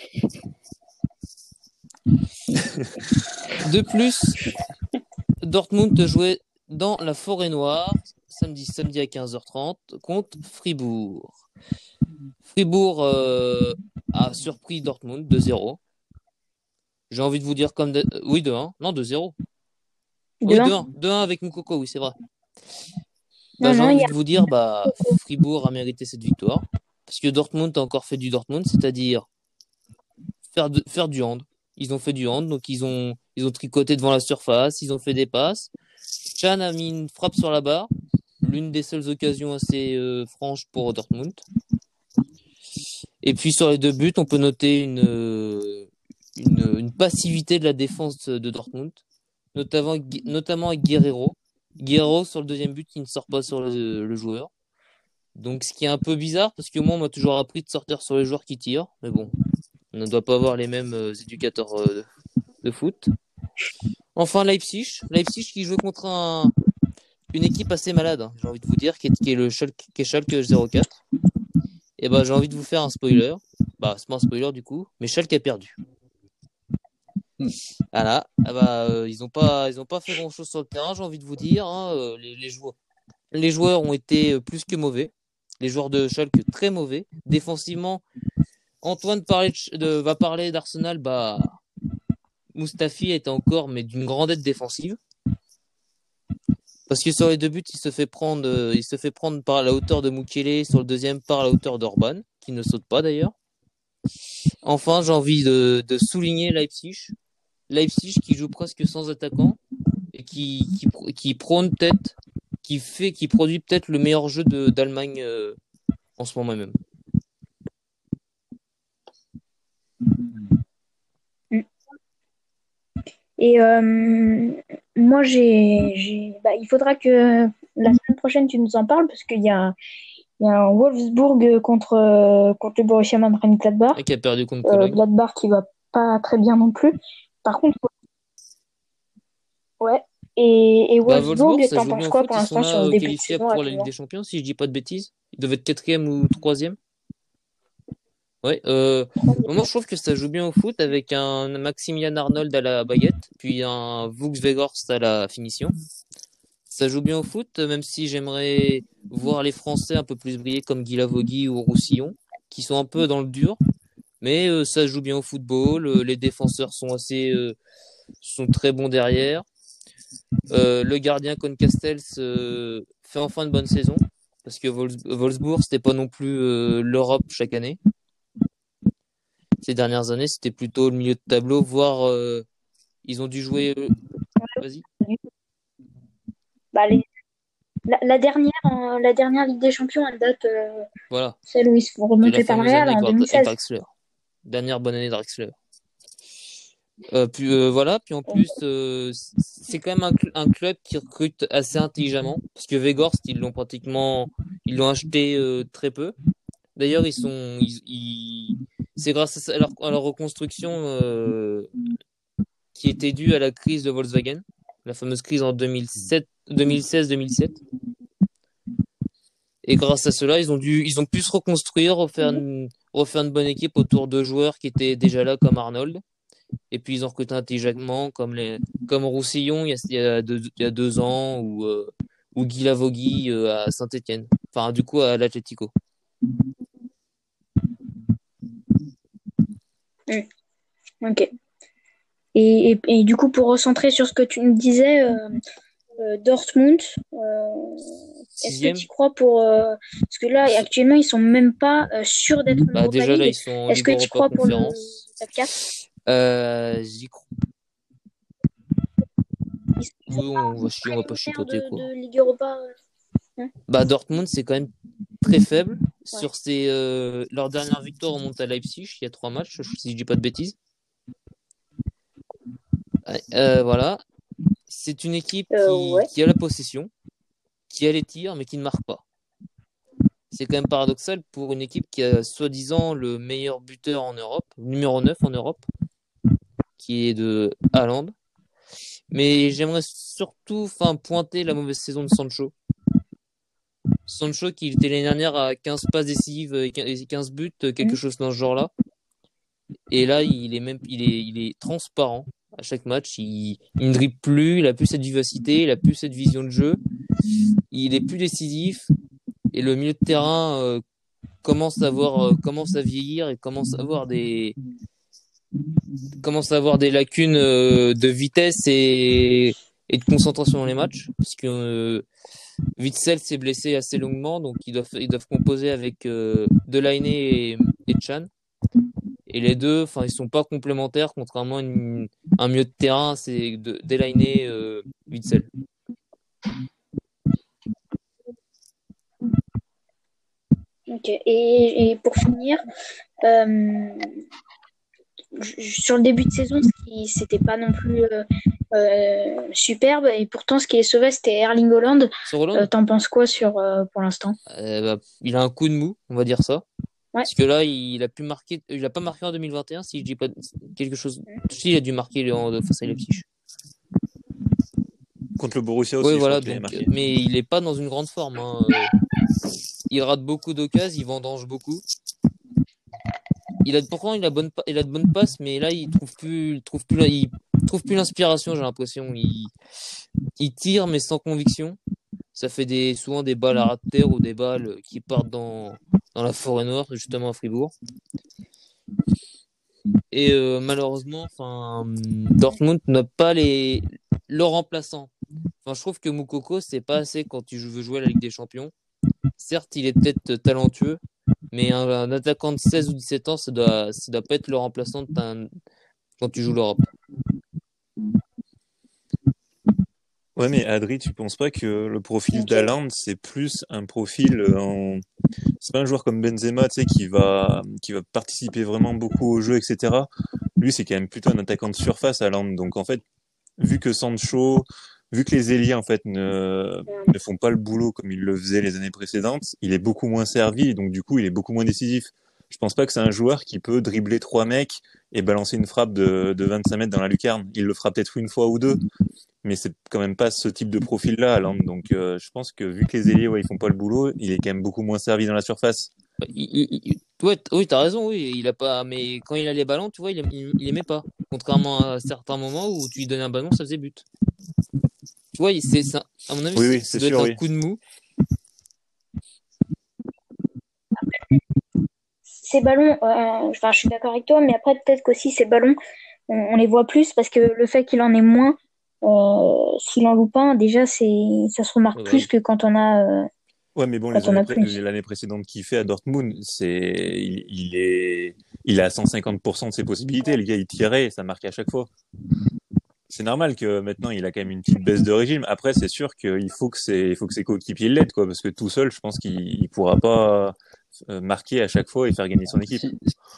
S4: De plus, Dortmund jouait dans la Forêt Noire samedi, samedi à quinze heures trente contre Fribourg. Fribourg euh, a surpris Dortmund deux zéro. J'ai envie de vous dire comme... De... Oui, deux un. Non, deux zéro. Oui, deux un. deux un avec Moukoko, oui, c'est vrai. Bah,
S1: Non,
S4: j'ai
S1: non,
S4: envie
S1: il y a...
S4: de vous dire, bah, Fribourg a mérité cette victoire. Parce que Dortmund a encore fait du Dortmund, c'est-à-dire faire, de, faire du hand. Ils ont fait du hand, donc ils ont, ils ont tricoté devant la surface, ils ont fait des passes. Chan a mis une frappe sur la barre, l'une des seules occasions assez euh, franches pour Dortmund. Et puis sur les deux buts, on peut noter une, euh, une, une passivité de la défense de Dortmund, notamment, notamment avec Guerrero. Guerrero sur le deuxième but qui ne sort pas sur le, le joueur. Donc, ce qui est un peu bizarre, parce que moi, on m'a toujours appris de sortir sur les joueurs qui tirent. Mais bon, on ne doit pas avoir les mêmes euh, éducateurs euh, de, de foot. Enfin, Leipzig. Leipzig qui joue contre un, une équipe assez malade, hein, j'ai envie de vous dire, qui est, qui est le Schalke, qui est Schalke zéro quatre. Et bah, j'ai envie de vous faire un spoiler. Bah, c'est pas un spoiler du coup, mais Schalke a perdu.
S3: Hmm.
S4: Voilà. Ah bah, euh, ils n'ont pas, ils ont pas fait grand chose sur le terrain, j'ai envie de vous dire. Hein, euh, les, les joueurs, les joueurs ont été plus que mauvais. Les joueurs de Schalke très mauvais. Défensivement, Antoine parlait de, de, va parler d'Arsenal. Bah, Mustafi est encore, mais d'une grande aide défensive. Parce que sur les deux buts, il se fait prendre, euh, il se fait prendre par la hauteur de Mukele, sur le deuxième par la hauteur d'Orban, qui ne saute pas d'ailleurs. Enfin, j'ai envie de, de souligner Leipzig. Leipzig qui joue presque sans attaquant et qui, qui, qui prône peut-être, qui fait, qui produit peut-être le meilleur jeu de, d'Allemagne euh, en ce moment même.
S1: Et euh, moi, j'ai, j'ai... Bah, il faudra que la semaine prochaine, tu nous en parles parce qu'il y a, il y a un Wolfsburg contre, euh, contre le Borussia Mönchengladbach.
S4: Et qui a perdu contre
S1: Euh,
S4: Cologne.
S1: Gladbach qui va pas très bien non plus. Par contre, ouais. Et, et
S4: Bah,
S1: Wolfsburg,
S4: Wolfsburg, ça
S1: t'en
S4: joue bien
S1: penses
S4: au
S1: quoi
S4: foot.
S1: pour
S4: Ils sont
S1: l'instant sur
S4: là
S1: le
S4: euh,
S1: début de
S4: qualifiés
S1: saison
S4: pour la Ligue
S1: actuellement?
S4: des Champions, si je dis pas de bêtises. Ils doivent être quatrième ou troisième. Ouais. Euh, moi, je trouve que ça joue bien au foot avec un Maximilian Arnold à la baguette, puis un Vux Weghorst à la finition. Ça joue bien au foot, même si j'aimerais voir les Français un peu plus briller comme Guy Lavogui ou Roussillon, qui sont un peu dans le dur. Mais euh, ça joue bien au football. Euh, les défenseurs sont assez, euh, sont très bons derrière. Euh, le gardien Con Castells euh, fait enfin une bonne saison parce que Wolfs- Wolfsburg c'était pas non plus euh, l'Europe chaque année. Ces dernières années, c'était plutôt le milieu de tableau, voire euh, ils ont dû jouer. Euh... Vas-y.
S1: Bah, les- la, la dernière, euh, la dernière Ligue des Champions, elle date, euh,
S4: Voilà.
S1: celle où ils se font
S4: De la
S1: remonter par le
S4: fameuse
S1: Real
S4: année avec
S1: en
S4: Dra- avec
S1: deux mille seize.
S4: Draxler. Dernière bonne année de Draxler. Euh, puis euh, voilà, puis en plus euh, c'est quand même un, cl- un club qui recrute assez intelligemment parce que Weghorst ils l'ont pratiquement ils l'ont acheté euh, très peu. D'ailleurs ils sont ils, ils- c'est grâce à, ça- à leur, à leur reconstruction euh, qui était due à la crise de Volkswagen, la fameuse crise en deux mille sept, deux mille seize deux mille sept. Et grâce à cela ils ont dû ils ont pu se reconstruire, refaire une, refaire une bonne équipe autour de joueurs qui étaient déjà là comme Arnold. Et puis ils ont recruté intelligemment comme les comme Roussillon il y a, il y a, deux, il y a deux ans ou euh, ou Guy Lavogui euh, à Saint-Étienne. Enfin du coup à l'Atlético.
S1: Mm. Ok. Et, et, et du coup, pour recentrer sur ce que tu me disais, euh, Euh, Dortmund, euh, est-ce que
S4: Sixième.
S1: tu crois pour... euh, parce que là, actuellement, ils sont même pas euh, sûrs d'être en
S4: Bah,
S1: Europa
S4: déjà, là,
S1: League.
S4: ils sont en
S1: Est-ce
S4: Ligue
S1: que tu
S4: Europa
S1: crois pour le
S4: Conférence.
S1: top quatre?
S4: Euh, j'y crois.
S1: Ils sont
S4: Oui, on va, chi- on va pas
S1: préliminaires
S4: chipoter,
S1: de,
S4: quoi.
S1: de Ligue Europa. euh, hein
S4: Bah, Dortmund, c'est quand même très faible.
S1: Ouais.
S4: Sur ces, euh, leur dernière victoire remonte à Leipzig, il y a trois matchs, si je dis pas de bêtises. Euh, voilà. C'est une équipe
S1: Euh,
S4: qui,
S1: ouais.
S4: qui a la possession, qui a les tirs, mais qui ne marque pas. C'est quand même paradoxal pour une équipe qui a soi-disant le meilleur buteur en Europe, numéro neuf en Europe, qui est de Haaland. Mais j'aimerais surtout enfin, pointer la mauvaise saison de Sancho. Sancho qui était l'année dernière à quinze passes décisives et quinze buts, quelque
S1: Mhm.
S4: chose dans ce genre-là. Et là, il est même, il est, il est transparent à chaque match. Il, il ne dribble plus, il a plus cette vivacité, il a plus cette vision de jeu. Il est plus décisif. Et le milieu de terrain euh, commence à avoir, euh, commence à vieillir et commence à avoir des, commence à avoir des lacunes euh, de vitesse et, et de concentration dans les matchs, puisque euh, Witsel s'est blessé assez longuement, donc ils doivent, ils doivent composer avec euh, Delaney et, et Chan. Et les deux, enfin, ils sont pas complémentaires, contrairement à une, un milieu de terrain, c'est de, Delaney, euh, Witsel.
S1: Ok. Et, et pour finir, euh, sur le début de saison, ce qui c'était pas non plus euh, euh, superbe, et pourtant ce qui les sauvait, c'était Erling Haaland.
S4: Sur Hollande,
S1: Euh, T'en penses quoi sur euh, pour l'instant?
S4: euh, bah, il a un coup de mou, on va dire ça.
S1: Ouais.
S4: Parce que là, il a pu marquer, il a pas marqué en deux mille vingt et un, si je dis pas quelque chose. Si, il a dû marquer en, face à Leipzig.
S2: Contre le Borussia aussi,
S4: Oui,
S2: je
S4: voilà,
S2: crois qu'il avait
S4: donc,
S2: marqué.
S4: mais il est pas dans une grande forme. Hein. Il rate beaucoup d'occasions, il vendange beaucoup. Il a pourtant il a bonne il a de bonnes passes, mais là il trouve plus, il trouve plus, il trouve plus l'inspiration. J'ai l'impression, il, il tire mais sans conviction. Ça fait des souvent des balles à ras de terre ou des balles qui partent dans dans la forêt noire, justement à Fribourg. Et euh, malheureusement, enfin, Dortmund n'a pas les le remplaçant. Enfin, je trouve que Moukoko c'est pas assez quand tu veux jouer à la Ligue des Champions. Certes, il est peut-être talentueux, mais un, un attaquant de seize ou dix-sept ans, ça doit, ça doit pas être le remplaçant de ta, quand tu joues l'Europe.
S2: Ouais, mais Adri, tu penses pas que le profil
S1: Ok.
S2: d'Haaland, c'est plus un profil en... C'est pas un joueur comme Benzema, tu sais, qui va, qui va participer vraiment beaucoup au jeu, et cetera. Lui, c'est quand même plutôt un attaquant de surface, Haaland. Donc, en fait, vu que Sancho, vu que les ailiers, en fait, ne, ne font pas le boulot comme ils le faisaient les années précédentes, il est beaucoup moins servi, et donc, du coup, il est beaucoup moins décisif. Je pense pas que c'est un joueur qui peut dribbler trois mecs et balancer une frappe de, de vingt-cinq mètres dans la lucarne. Il le fera peut-être une fois ou deux, mais c'est quand même pas ce type de profil-là, Haaland. Donc, euh, je pense que vu que les ailiers, ouais, ils font pas le boulot, il est quand même beaucoup moins servi dans la surface.
S4: Il, il, il, ouais, oui, t'as raison, oui, il a pas, mais quand il a les ballons, tu vois, il, il, il aimait pas. Contrairement à certains moments où tu lui donnais un ballon, ça faisait but. Tu vois, c'est, ça, à mon avis,
S2: Oui, oui,
S4: ça
S2: c'est
S4: doit
S2: sûr,
S4: être un
S2: oui.
S4: coup de mou.
S1: Ces ballons, euh, enfin, je suis d'accord avec toi, mais après, peut-être qu'aussi ces ballons, on, on les voit plus parce que le fait qu'il en ait moins, euh, s'il en loupe un, déjà, c'est, ça se remarque
S4: Ouais, bah
S1: plus
S4: oui.
S1: que quand on a, euh,
S2: Ouais, mais bon,
S1: quand
S2: les
S1: on
S2: années
S1: a
S2: pré-
S1: plus.
S2: l'année précédente qu'il fait à Dortmund, c'est, il, il est, il a cent cinquante pour cent de ses possibilités. Le gars, il tirait, ça marquait à chaque fois. C'est normal que maintenant, il a quand même une petite baisse de régime. Après, c'est sûr qu'il faut que ses, il faut que ses coéquipiers l'aident, quoi, parce que tout seul, je pense qu'il il pourra pas euh, marquer à chaque fois et faire gagner son équipe.
S3: Si,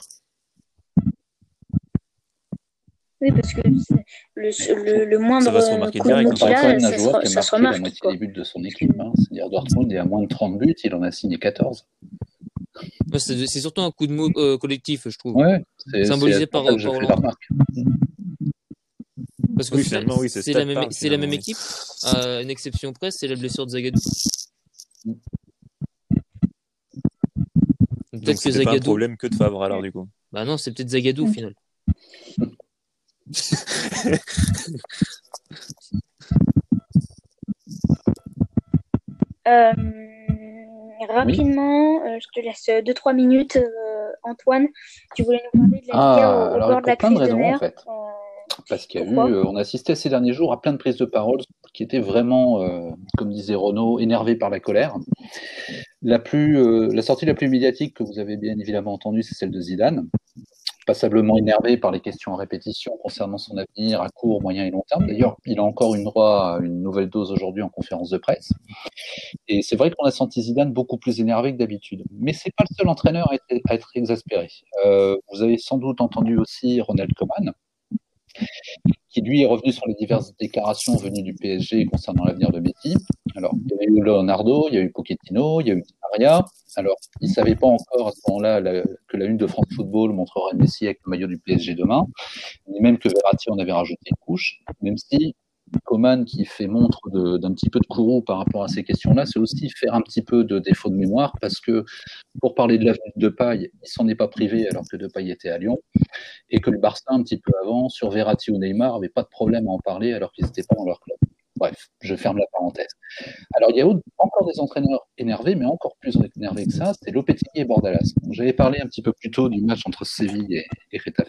S1: Oui, parce que c'est- le, le, le
S2: Ça
S1: moindre
S2: va se remarquer
S1: coup de
S2: direct,
S1: mou
S2: en
S3: on
S1: qu'il
S3: parle
S2: fait.
S3: quand
S1: a,
S3: même d'un
S1: ça se,
S3: joueur
S1: re-
S3: qui a
S1: ça se
S3: marqué la
S1: remarque,
S3: moitié
S1: quoi.
S3: des buts de son équipe. Hein. C'est-à-dire Dortmund est à moins de trente buts, il en a signé quatorze.
S4: Ouais, c'est, c'est surtout un coup de mou euh, collectif, je trouve.
S3: Ouais, c'est, c'est
S4: Symbolisé
S3: pour
S4: par,
S3: ça que je
S4: par
S3: fais la
S4: Hollande.
S3: remarque.
S4: Parce qu'au
S2: Oui,
S4: final,
S2: finalement, oui, c'est
S4: c'est la
S2: stats
S4: même,
S2: parlent,
S4: c'est la
S2: finalement,
S4: même
S2: oui.
S4: équipe. À une exception près, c'est la blessure de Zagadou. Donc,
S2: Donc,
S4: peut-être que
S2: c'était pas un
S4: Zagadou,
S2: problème que de Favre, alors, du coup.
S4: bah non, c'est peut-être Zagadou au
S1: Ok.
S4: final.
S1: Euh, rapidement, euh, je te laisse deux trois minutes. Euh, Antoine, tu voulais nous parler de la Liga
S3: Ah,
S1: au, au
S3: alors
S1: bord de la
S3: pour plein de
S1: crise de
S3: raisons en
S1: nerfs.
S3: fait.
S1: Euh,
S3: Parce qu'il y a
S1: Pourquoi
S3: eu, euh, on a assisté ces derniers jours à plein de prises de parole qui étaient vraiment, euh, comme disait Renaud, énervées par la colère. La, plus, euh, la sortie la plus médiatique que vous avez bien évidemment entendue, c'est celle de Zidane, passablement énervé par les questions en répétition concernant son avenir à court, moyen et long terme. D'ailleurs, il a encore une droit à une nouvelle dose aujourd'hui en conférence de presse. Et c'est vrai qu'on a senti Zidane beaucoup plus énervé que d'habitude. Mais c'est pas le seul entraîneur à être, à être exaspéré. Euh, vous avez sans doute entendu aussi Ronald Koeman, qui lui est revenu sur les diverses déclarations venues du P S G concernant l'avenir de Messi. Alors, il y a eu Leonardo, il y a eu Pochettino, il y a eu Di Maria. Alors, il ne savait pas encore à ce moment-là la, que la une de France Football montrerait Messi avec le maillot du P S G demain, ni même que Verratti en avait rajouté une couche, même si Coman, qui fait montre de, d'un petit peu de courroux par rapport à ces questions-là, c'est aussi faire un petit peu de défaut de mémoire, parce que pour parler de l'avenir de Depay, il s'en est pas privé alors que Depay était à Lyon, et que le Barça, un petit peu avant, sur Verratti ou Neymar, avait pas de problème à en parler alors qu'ils n'étaient pas dans leur club. Bref, je ferme la parenthèse. Alors, il y a encore des entraîneurs énervés, mais encore plus énervés que ça, c'est Lopetegui et Bordalas. Donc, j'avais parlé un petit peu plus tôt du match entre Séville et, et Getafe.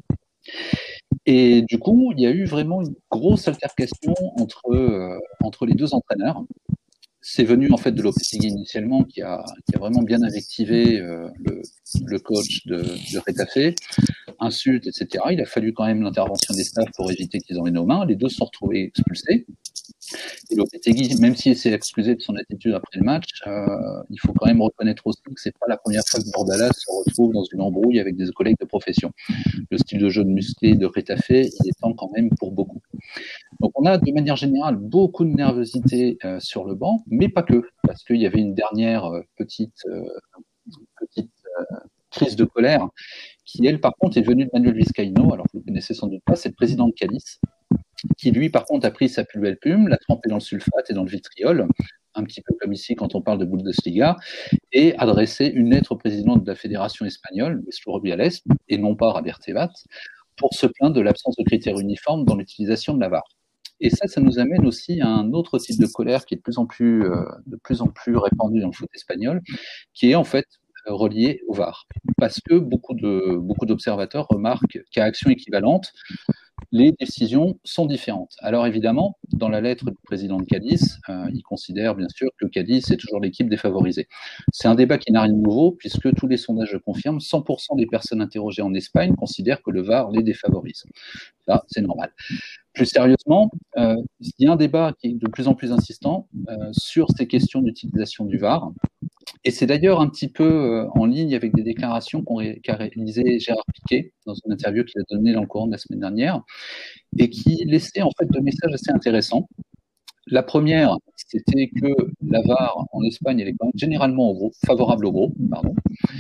S3: Et du coup, il y a eu vraiment une grosse altercation entre, euh, entre les deux entraîneurs. C'est venu en fait de Lopetegui initialement, qui a, qui a vraiment bien invectivé euh, le, le coach de, de Getafe, insultes, et cetera. Il a fallu quand même l'intervention des staffs pour éviter qu'ils en aient nos mains. Les deux se sont retrouvés expulsés. Et Lopetegui, même s'il s'est excusé de son attitude après le match, euh, il faut quand même reconnaître aussi que c'est pas la première fois que Bordalas se retrouve dans une embrouille avec des collègues de profession. Le style de jeu de musclé de Getafe, il étend quand même pour beaucoup. Donc on a de manière générale beaucoup de nervosité euh, sur le banc, mais pas que, parce qu'il y avait une dernière euh, petite, euh, petite euh, crise de colère qui, elle, par contre, est venue de Manuel Vizcaíno. Alors vous le connaissez sans doute pas, c'est le président de Cadiz, qui lui, par contre, a pris sa plus belle plume, l'a trempée dans le sulfate et dans le vitriol, un petit peu comme ici quand on parle de Bundesliga, et a adressé une lettre au président de la fédération espagnole, Luis Rubiales, et non pas Robert Tebas, pour se plaindre de l'absence de critères uniformes dans l'utilisation de la V A R. Et ça, ça nous amène aussi à un autre type de colère qui est de plus en plus, euh, de plus en plus répandu dans le foot espagnol, qui est en fait euh, relié au V A R. Parce que beaucoup de, beaucoup d'observateurs remarquent qu'à action équivalente, les décisions sont différentes. Alors évidemment, dans la lettre du président de Cadiz, euh, il considère bien sûr que Cadiz est toujours l'équipe défavorisée. C'est un débat qui n'a rien de nouveau, puisque tous les sondages le confirment, cent pour cent des personnes interrogées en Espagne considèrent que le V A R les défavorise. Ça, c'est normal. Plus sérieusement, euh, il y a un débat qui est de plus en plus insistant euh, sur ces questions d'utilisation du V A R. Et c'est d'ailleurs un petit peu euh, en ligne avec des déclarations qu'a réalisé Gérard Piqué dans une interview qu'il a donnée dans le courant de la semaine dernière et qui laissait en fait deux messages assez intéressants. La première, c'était que la V A R en Espagne, elle est quand même généralement au gros, favorable au gros, pardon,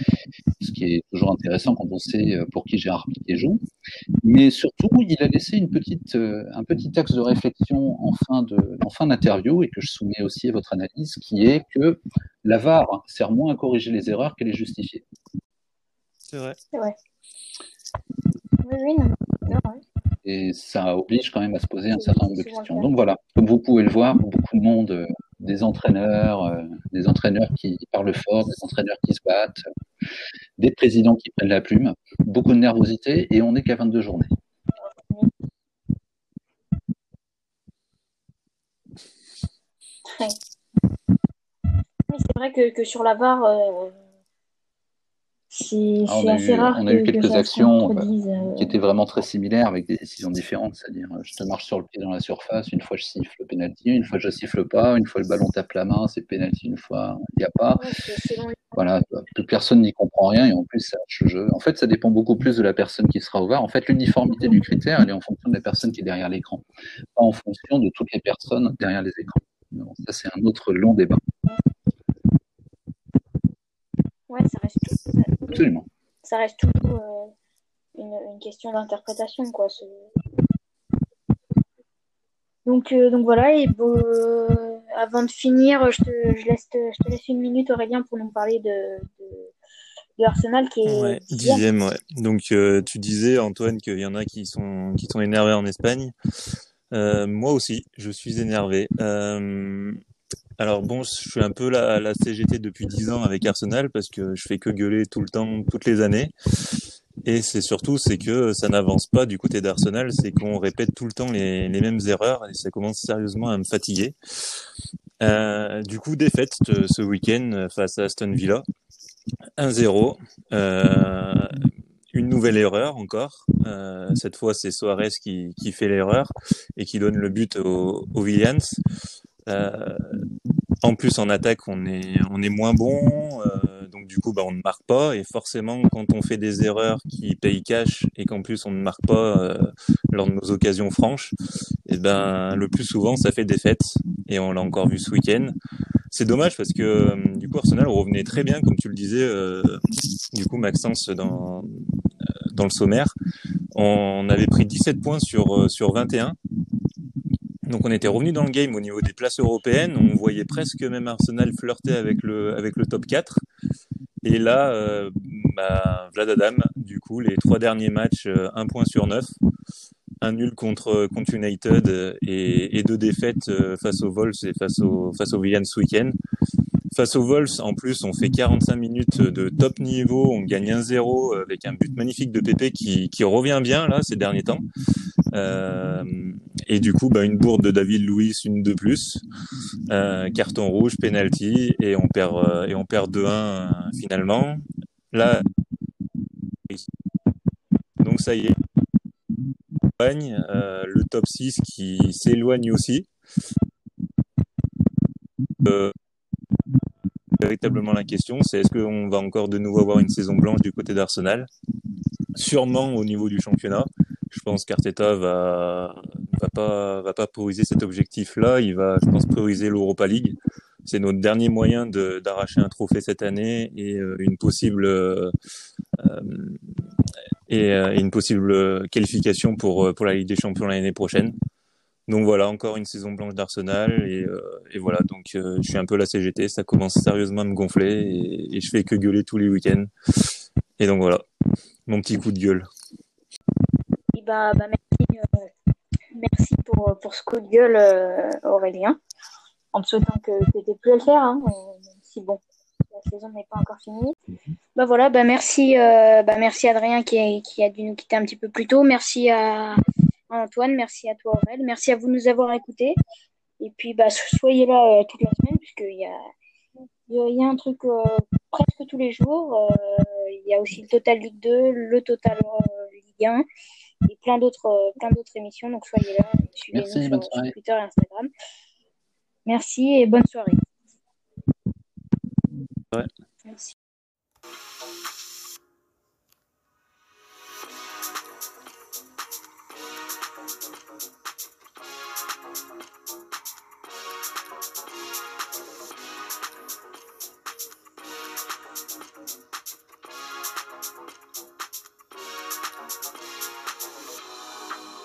S3: ce qui est toujours intéressant quand on sait pour qui Gérard Piqué joue. Mais surtout, il a laissé une petite, euh, un petit axe de réflexion en fin, de, en fin d'interview et que je soumets aussi à votre analyse, qui est que la V A R sert moins à corriger les erreurs qu'à les justifier.
S2: C'est vrai.
S1: C'est vrai. Oui, oui, non. non oui.
S3: Et ça oblige quand même à se poser un certain nombre de questions. Donc voilà, comme vous pouvez le voir, beaucoup de monde, euh, des entraîneurs, euh, des entraîneurs qui parlent fort, des entraîneurs qui se battent, des présidents qui prennent la plume, beaucoup de nervosité, et on n'est qu'à vingt-deux journées.
S1: Ouais. Oui, c'est vrai que, que sur la V A R, euh, c'est,
S3: ah,
S1: c'est assez
S3: eu,
S1: rare.
S3: On a
S1: que,
S3: eu quelques
S1: que
S3: actions
S1: euh...
S3: qui étaient vraiment très similaires avec des décisions différentes, c'est-à-dire je te marche sur le pied dans la surface, une fois je siffle le penalty, une fois je siffle pas, une fois le ballon tape la main, c'est penalty, une fois il n'y a pas.
S1: Ouais, c'est, c'est long.
S3: Voilà, plus personne n'y comprend rien et en plus ça lâche le jeu. En fait, ça dépend beaucoup plus de la personne qui sera au V A R. En fait, l'uniformité du critère, elle est en fonction de la personne qui est derrière l'écran, pas en fonction de toutes les personnes derrière les écrans. Bon, ça, c'est un autre long débat.
S1: Ouais, ça reste tout, ça,
S3: absolument.
S1: Ça reste toujours euh, une, une question d'interprétation, quoi. Ce... Donc, euh, donc voilà, et bon, euh, avant de finir, je te, je, laisse te, je te laisse une minute, Aurélien, pour nous parler de, de, de Arsenal qui est
S2: ouais, dixième. Ouais. Donc euh, tu disais, Antoine, qu'il y en a qui sont, qui sont énervés en Espagne. Euh, moi aussi, je suis énervé. Euh, alors bon, je suis un peu la, la C G T depuis dix ans avec Arsenal parce que je fais que gueuler tout le temps, toutes les années. Et c'est surtout, c'est que ça n'avance pas du côté d'Arsenal, c'est qu'on répète tout le temps les, les mêmes erreurs et ça commence sérieusement à me fatiguer. Euh, du coup, défaite euh, ce week-end face à Aston Villa, un zéro. Euh, une nouvelle erreur encore. Euh, cette fois, c'est Suarez qui, qui fait l'erreur et qui donne le but au, au Williams. Euh, en plus, en attaque, on est, on est moins bon. Euh, donc, du coup, bah, on ne marque pas. Et forcément, quand on fait des erreurs qui payent cash et qu'en plus, on ne marque pas euh, lors de nos occasions franches, et ben, le plus souvent, ça fait défaite. Et on l'a encore vu ce week-end. C'est dommage parce que, euh, du coup, Arsenal revenait très bien, comme tu le disais, euh, du coup, Maxence, dans, dans le sommaire. On avait pris dix-sept points sur, sur vingt et un. Donc on était revenu dans le game au niveau des places européennes, on voyait presque même Arsenal flirter avec le, avec le top quatre. Et là, euh, bah, Vladadam, du coup, les trois derniers matchs, euh, un point sur neuf, un nul contre, contre United et, et deux défaites euh, face aux Wolves et face aux, face aux Villains ce week-end. Face aux Wolves, en plus, on fait quarante-cinq minutes de top niveau, on gagne un zéro avec un but magnifique de Pépé qui, qui revient bien là ces derniers temps. Euh, et du coup, bah, une bourde de David Luiz, une de plus, euh, carton rouge, penalty, et on perd euh, et on perd deux un euh, finalement. Là, donc ça y est, euh, le top six qui s'éloigne aussi. Euh, véritablement la question, c'est est-ce qu'on va encore de nouveau avoir une saison blanche du côté d'Arsenal? Sûrement au niveau du championnat. Je pense qu'Arteta va va pas va pas prioriser cet objectif-là. Il va, je pense, prioriser l'Europa League. C'est notre dernier moyen de, d'arracher un trophée cette année et euh, une possible euh, et, euh, et une possible qualification pour pour la Ligue des Champions l'année prochaine. Donc voilà, encore une saison blanche d'Arsenal et, euh, et voilà. Donc euh, je suis un peu la C G T, ça commence sérieusement à me gonfler et, et je fais que gueuler tous les week-ends. Et donc voilà, mon petit coup de gueule.
S1: Et bah, bah merci, euh, merci pour, pour ce coup de gueule, euh, Aurélien. En te souhaitant que, que tu aies pu le faire, hein, euh, si bon, la saison n'est pas encore finie. Bah voilà, bah merci, euh, bah merci Adrien qui a, qui a dû nous quitter un petit peu plus tôt. Merci à, à Antoine, merci à toi Aurèle, merci à vous de nous avoir écoutés. Et puis bah soyez là euh, toute la semaine puisqu'il y a il y a un truc euh, presque tous les jours. Euh, il y a aussi le Total Ligue deux, le Total euh, Ligue un et plein d'autres euh, plein d'autres émissions. Donc soyez là, suivez-nous
S3: Merci,
S1: sur,
S3: bonne
S1: sur
S3: soirée.
S1: Twitter et Instagram. Merci et bonne soirée.
S2: Ouais.
S1: Merci.